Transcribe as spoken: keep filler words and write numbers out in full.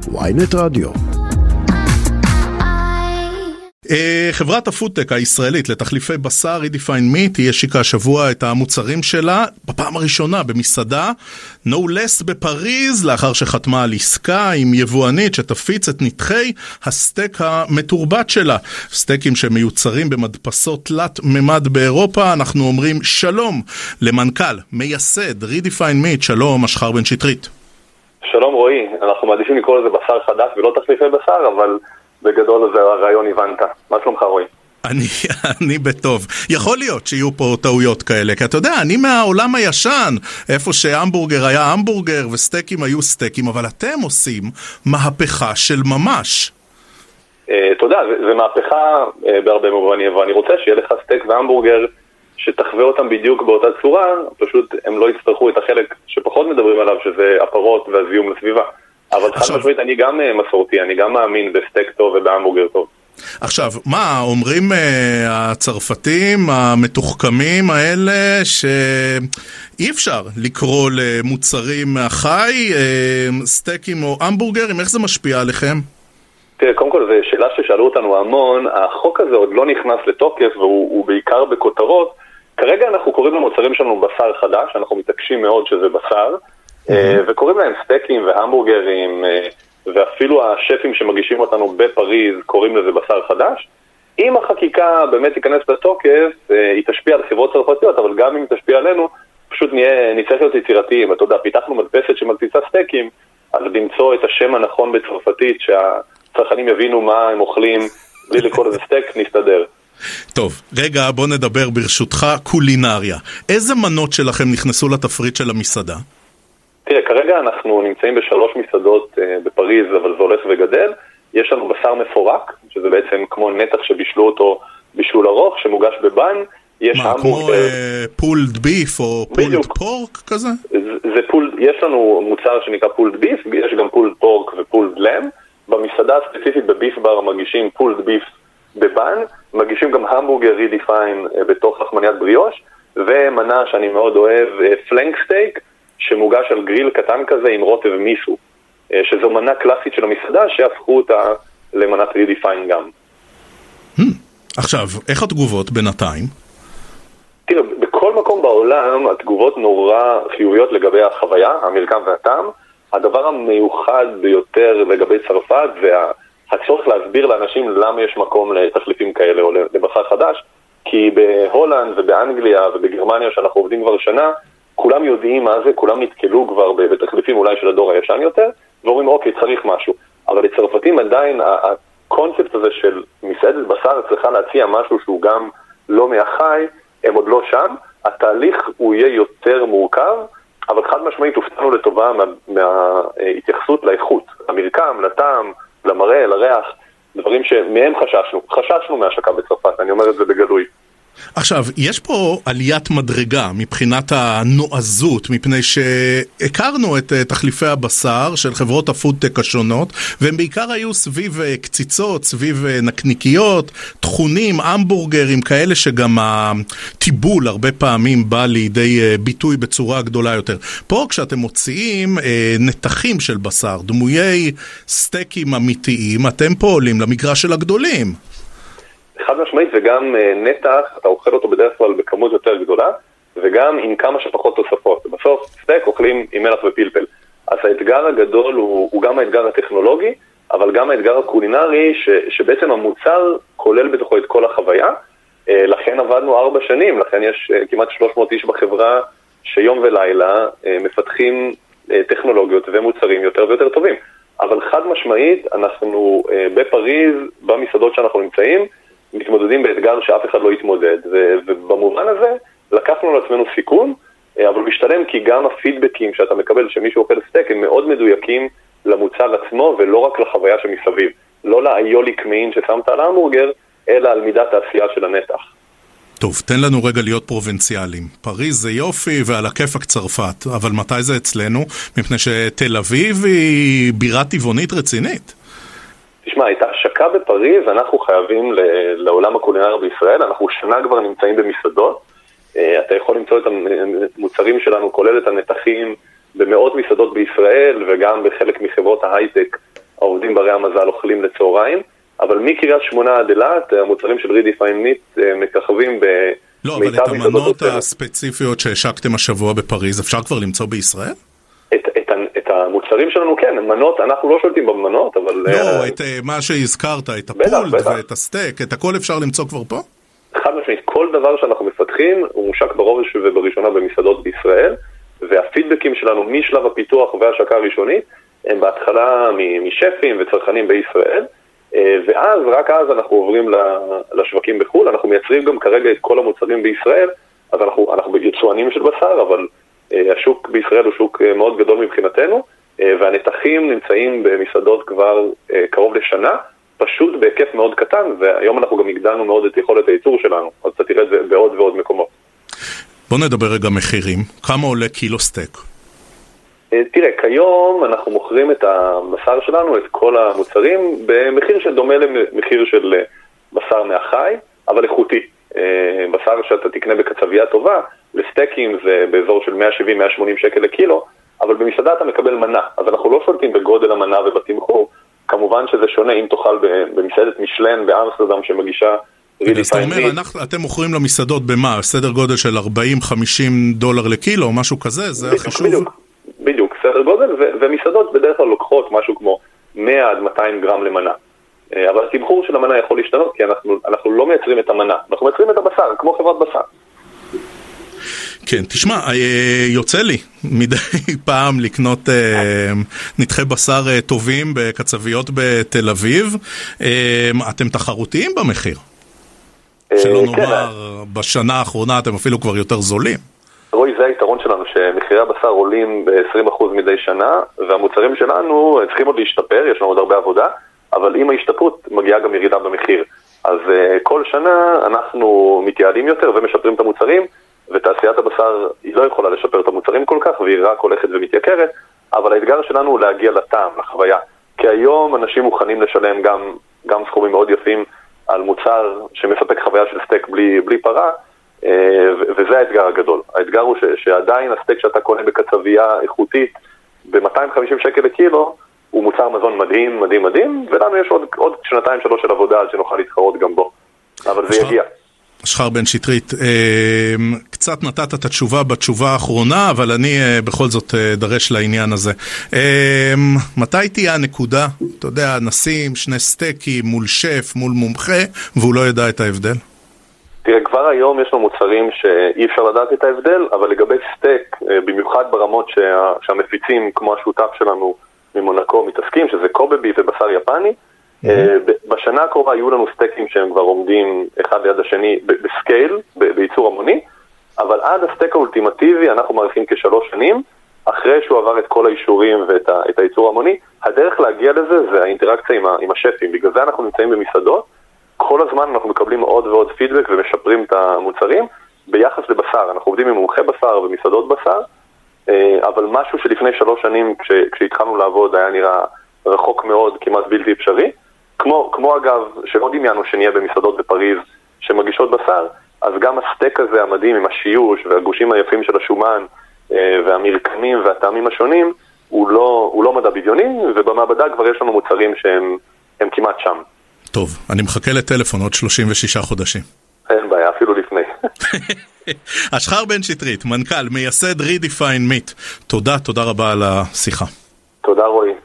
וויינט רדיו. חברת הפודטק הישראלית לתחליפי בשר Redefine Meat היא השיקה השבוע את המוצרים שלה בפעם הראשונה במסעדה No Less בפריז, לאחר שחתמה על עסקה עם יבואנית שתפיץ את נתחי הסטייק המתורבת שלה, סטייקים שמיוצרים במדפסות תלת ממד באירופה. אנחנו אומרים שלום למנכ"ל מייסד Redefine Meat. שלום אשחר בן שטרית. שלום רועי, אנחנו מעדיפים לקרוא לזה בשר חדש ולא תחליפי בשר, אבל בגדול זה הרעיון הבנת. מה שלומך רועי? אני, אני בטוב. יכול להיות שיהיו פה טעויות כאלה, כי אתה יודע, אני מהעולם הישן, איפה שהמבורגר היה המבורגר וסטייקים היו סטייקים, אבל אתם עושים מהפכה של ממש. תודה, זה מהפכה בהרבה מובנים, ואני רוצה שיהיה לך סטייק והמבורגר שתחווה אותם בדיוק באותה צורה, פשוט הם לא יצטרכו את החלק שפחות מדברים עליו, שזה הפרות והזיהום לסביבה. אבל חד משמעית, אני גם מסורתי, אני גם מאמין בסטייק טוב ובהמבורגר טוב. עכשיו, מה, אומרים uh, הצרפתים המתוחכמים האלה שאי אפשר לקרוא למוצרים מהחי, uh, סטייקים או המבורגרים, איך זה משפיע עליכם? תראה, קודם כל, זו שאלה ששאלו אותנו המון, החוק הזה עוד לא נכנס לתוקף והוא בעיקר בכותרות. כרגע אנחנו קוראים למוצרים שלנו בשר חדש, אנחנו מתעקשים מאוד שזה בשר, וקוראים להם סטייקים והמבורגרים, ואפילו השפים שמגישים אותנו בפריז קוראים לזה בשר חדש. אם החקיקה באמת תיכנס לתוקף, היא תשפיע על חברות צרפתיות, אבל גם אם תשפיע עלינו, פשוט נצטרך להיות יצירתיים. אתה יודע, פיתחנו מדפסת שמדפיסה סטייקים, אז למצוא את השם הנכון בצרפתית, שהצרכנים יבינו מה הם אוכלים, בלי לקרוא לזה סטייק, נסתדר. טוב, רגע, בוא נדבר ברשותך קולינריה. איזה מנות שלכם נכנסו לתפריט של המסעדה? תראה, כרגע אנחנו נמצאים בשלוש מסעדות אה, בפריז, אבל זה הולך וגדל. יש לנו בשר מפורק, שזה בעצם כמו נתח שבישלו אותו בישול ארוך, שמוגש בבן. יש מה, כמו אה, פולד ביף או פולד פורק כזה? זה, זה פולד, יש לנו מוצר שנקרא פולד ביף, יש גם פולד פורק ופולד לם. במסעדה הספציפית בביף בר מגישים פולד ביף בבן, מגישים גם המבורגר Redefine אה, בתוך לחמניית בריאוש, ומנה שאני מאוד אוהב, אה, פלנק סטייק, שמוגש על גריל קטן כזה עם רוטב מיסו, שזו מנה קלאסית של המסעדה שהפכו אותה למנת Redefine גם. Hmm. עכשיו, איך התגובות בינתיים? תראה, בכל מקום בעולם התגובות נורא חיוביות לגבי החוויה, המרקם והטעם. הדבר המיוחד ביותר לגבי צרפת זה הצורך להסביר לאנשים למה יש מקום לתחליפים כאלה או לבשר חדש, כי בהולנד ובאנגליה ובגרמניה שאנחנו עובדים כבר שנה, כולם יודעים מה זה, כולם נתקלו כבר בתחליפים אולי של הדור הישן יותר, ואומרים אוקיי, צריך משהו. אבל לצרפתים עדיין הקונספט הזה של מסעדת בשר צריכה להציע משהו שהוא גם לא מהחי, הם עוד לא שם. התהליך הוא יהיה יותר מורכב, אבל חד משמעית הופתענו לטובה מה, מההתייחסות לאיכות, למרקם, לטעם, למראה, לריח, דברים שמהם חששנו. חששנו מהשקה בצרפת, אני אומר את זה בגלוי. עכשיו, יש פה עליית מדרגה מבחינת הנועזות, מפני שהכרנו את תחליפי הבשר של חברות הפודטק השונות, והם בעיקר היו סביב קציצות, סביב נקניקיות, תכונים, המבורגרים, כאלה שגם הטיבול הרבה פעמים בא לידי ביטוי בצורה גדולה יותר. פה כשאתם מוציאים נתחים של בשר, דמויי סטייקים אמיתיים, אתם פה עולים למגרש של הגדולים. חד משמעית, וגם נתח, אתה אוכל אותו בדרך כלל בכמות יותר גדולה, וגם עם כמה שפחות תוספות. בסוף סטייק אוכלים עם מלח ופלפל. אז האתגר הגדול הוא, הוא גם האתגר הטכנולוגי, אבל גם האתגר הקולינרי, ש, שבעצם המוצר כולל בתוכו את כל החוויה. לכן עבדנו ארבע שנים, לכן יש כמעט שלוש מאות איש בחברה שיום ולילה מפתחים טכנולוגיות ומוצרים יותר ויותר טובים. אבל חד משמעית, אנחנו בפריז, במסעדות שאנחנו נמצאים, מתמודדים באתגר שאף אחד לא יתמודד, ובמובן הזה לקחנו לעצמנו סיכון, אבל משתלם כי גם הפידבקים שאתה מקבל שמישהו אוכל סטייק הם מאוד מדויקים למוצר עצמו ולא רק לחוויה שמסביב, לא לאיוליק מעין ששמת על ההמבורגר, אלא על מידת העשייה של הנתח. טוב, תן לנו רגע להיות פרובינציאליים. פריז זה יופי ועל הכיפק צרפת, אבל מתי זה אצלנו? מפני שתל אביב היא בירה טבעונית רצינית. תשמע, הייתה השקה בפריז, אנחנו חייבים לעולם הקולינרי בישראל, אנחנו שנה כבר נמצאים במסעדות, אתה יכול למצוא את המוצרים שלנו, כולל את הנתחים במאות מסעדות בישראל, וגם בחלק מחברות ההייטק העובדים ברי המזל אוכלים לצהריים, אבל מקריית שמונה עד אילת, המוצרים של Redefine Meat מככבים ב... לא, אבל את המנות הספציפיות שהשקתם השבוע בפריז, אפשר כבר למצוא בישראל? את, את, את המוצרים שלנו, כן, מנות, אנחנו לא שולטים במנות, אבל... לא, את מה שהזכרת, את הפולד ואת הסטייק, את הכל אפשר למצוא כבר פה? חד משמעית, כל דבר שאנחנו מפתחים הוא מושק בראש ובראשונה במסעדות בישראל, והפידבקים שלנו משלב הפיתוח וההשקה הראשונית, הם בהתחלה משפים וצרכנים בישראל, ואז, רק אז אנחנו עוברים לשווקים בחול, אנחנו מייצרים גם כרגע את כל המוצרים בישראל, אז אנחנו, אנחנו יצואנים של בשר, אבל השוק בישראל הוא שוק מאוד גדול מבחינתנו, והנתחים נמצאים במסעדות כבר קרוב לשנה, פשוט בהיקף מאוד קטן, והיום אנחנו גם הגדלנו מאוד את יכולת הייצור שלנו, אז אתה תראה את זה בעוד ועוד מקומות. בוא נדבר רגע מחירים, כמה עולה קילו סטייק? תראה, כיום אנחנו מוכרים את הבשר שלנו, את כל המוצרים, במחיר שדומה למחיר של בשר מהחי, אבל איכותי. בשר שאתה תקנה בקצבייה טובה, לסטייקים זה באזור של מאה שבעים עד מאה שמונים שקל לקילו, אבל במסעדה אתה מקבל מנה, אז אנחנו לא שולטים בגודל המנה ובתמחור, כמובן שזה שונה אם תאכל במסעדת משלן באמסטרדם שמגישה אז אתה אומר, אתם מוכרים למסעדות במה? סדר גודל של ארבעים חמישים דולר לקילו, משהו כזה? זה החישוב? בדיוק, בדיוק, סדר גודל, ומסעדות בדרך כלל לוקחות משהו כמו מאה עד מאתיים גרם למנה. אבל התמחור של המנה יכול להשתנות, כי אנחנו, אנחנו לא מייצרים את המנה, אנחנו מייצרים את הבשר, כמו חברת בשר. כן, תשמע, יוצא לי מדי פעם לקנות נתחי בשר טובים בקצביות בתל אביב. אתם תחרותיים במחיר? שלא נאמר, בשנה האחרונה אתם אפילו כבר יותר זולים. רואי, זה היתרון שלנו, שמחירי הבשר עולים ב-עשרים אחוז מדי שנה, והמוצרים שלנו צריכים עוד להשתפר, יש לנו עוד הרבה עבודה, אבל עם ההשתפרות מגיעה גם ירידה במחיר. אז כל שנה אנחנו מתייעדים יותר ומשפרים את המוצרים, ותעשיית הבשר היא לא יכולה לשפר את המוצרים כל כך, והיא רק הולכת ומתייקרת, אבל האתגר שלנו הוא להגיע לטעם, לחוויה. כי היום אנשים מוכנים לשלם גם, גם סכומים מאוד יפים על מוצר שמספק חוויה של סטייק בלי, בלי פרה, וזה האתגר הגדול. האתגר הוא ש, שעדיין הסטייק שאתה קונה בקצבייה איכותית ב-מאתיים וחמישים שקל לקילו, הוא מוצר מזון מדהים, מדהים, מדהים, ולנו יש עוד, עוד שנתיים שלוש של עבודה על שנוכל להתחרות גם בו. אבל זה יגיע. אשחר בן שטרית, קצת נתת את התשובה בתשובה האחרונה, אבל אני בכל זאת דרש לעניין הזה. מתי תהיה הנקודה? אתה יודע, נשים שני סטייקים מול שף, מול מומחה, והוא לא ידע את ההבדל? תראה, כבר היום יש לנו מוצרים שאי אפשר לדעת את ההבדל, אבל לגבי סטייק, במיוחד ברמות שה, שהמפיצים, כמו השותף שלנו ממונקו, מתעסקים, שזה קובבי ובשר יפני, בשנה הקרובה יהיו לנו סטייקים שהם כבר עומדים אחד ליד השני בסקייל, בייצור המוני, אבל עד הסטייק האולטימטיבי אנחנו מעריכים כשלוש שנים, אחרי שהוא עבר את כל האישורים ואת הייצור המוני. הדרך להגיע לזה זה האינטראקציה עם השפים, בגלל זה אנחנו נמצאים במסעדות, כל הזמן אנחנו מקבלים עוד ועוד פידבק ומשפרים את המוצרים ביחס לבשר. אנחנו עובדים עם מומחי בשר ומסעדות בשר, אבל משהו שלפני שלוש שנים כשהתחלנו לעבוד היה נראה רחוק מאוד, כמעט בלתי אפשרי. כמו, כמו אגב, שלא דמיינו שנהיה במסעדות בפריז שמגישות בשר, אז גם הסטייק הזה המדהים עם השיוש והגושים היפים של השומן והמרקמים והטעמים השונים, הוא לא, הוא לא מדע בדיוני, ובמעבדה כבר יש לנו מוצרים שהם הם כמעט שם. טוב, אני מחכה לטלפון עוד שלושים ושישה חודשים. אין בעיה, אפילו לפני. אשחר בן שטרית, מנכ"ל, מייסד Redefine Meat. תודה, תודה רבה על השיחה. תודה רועי.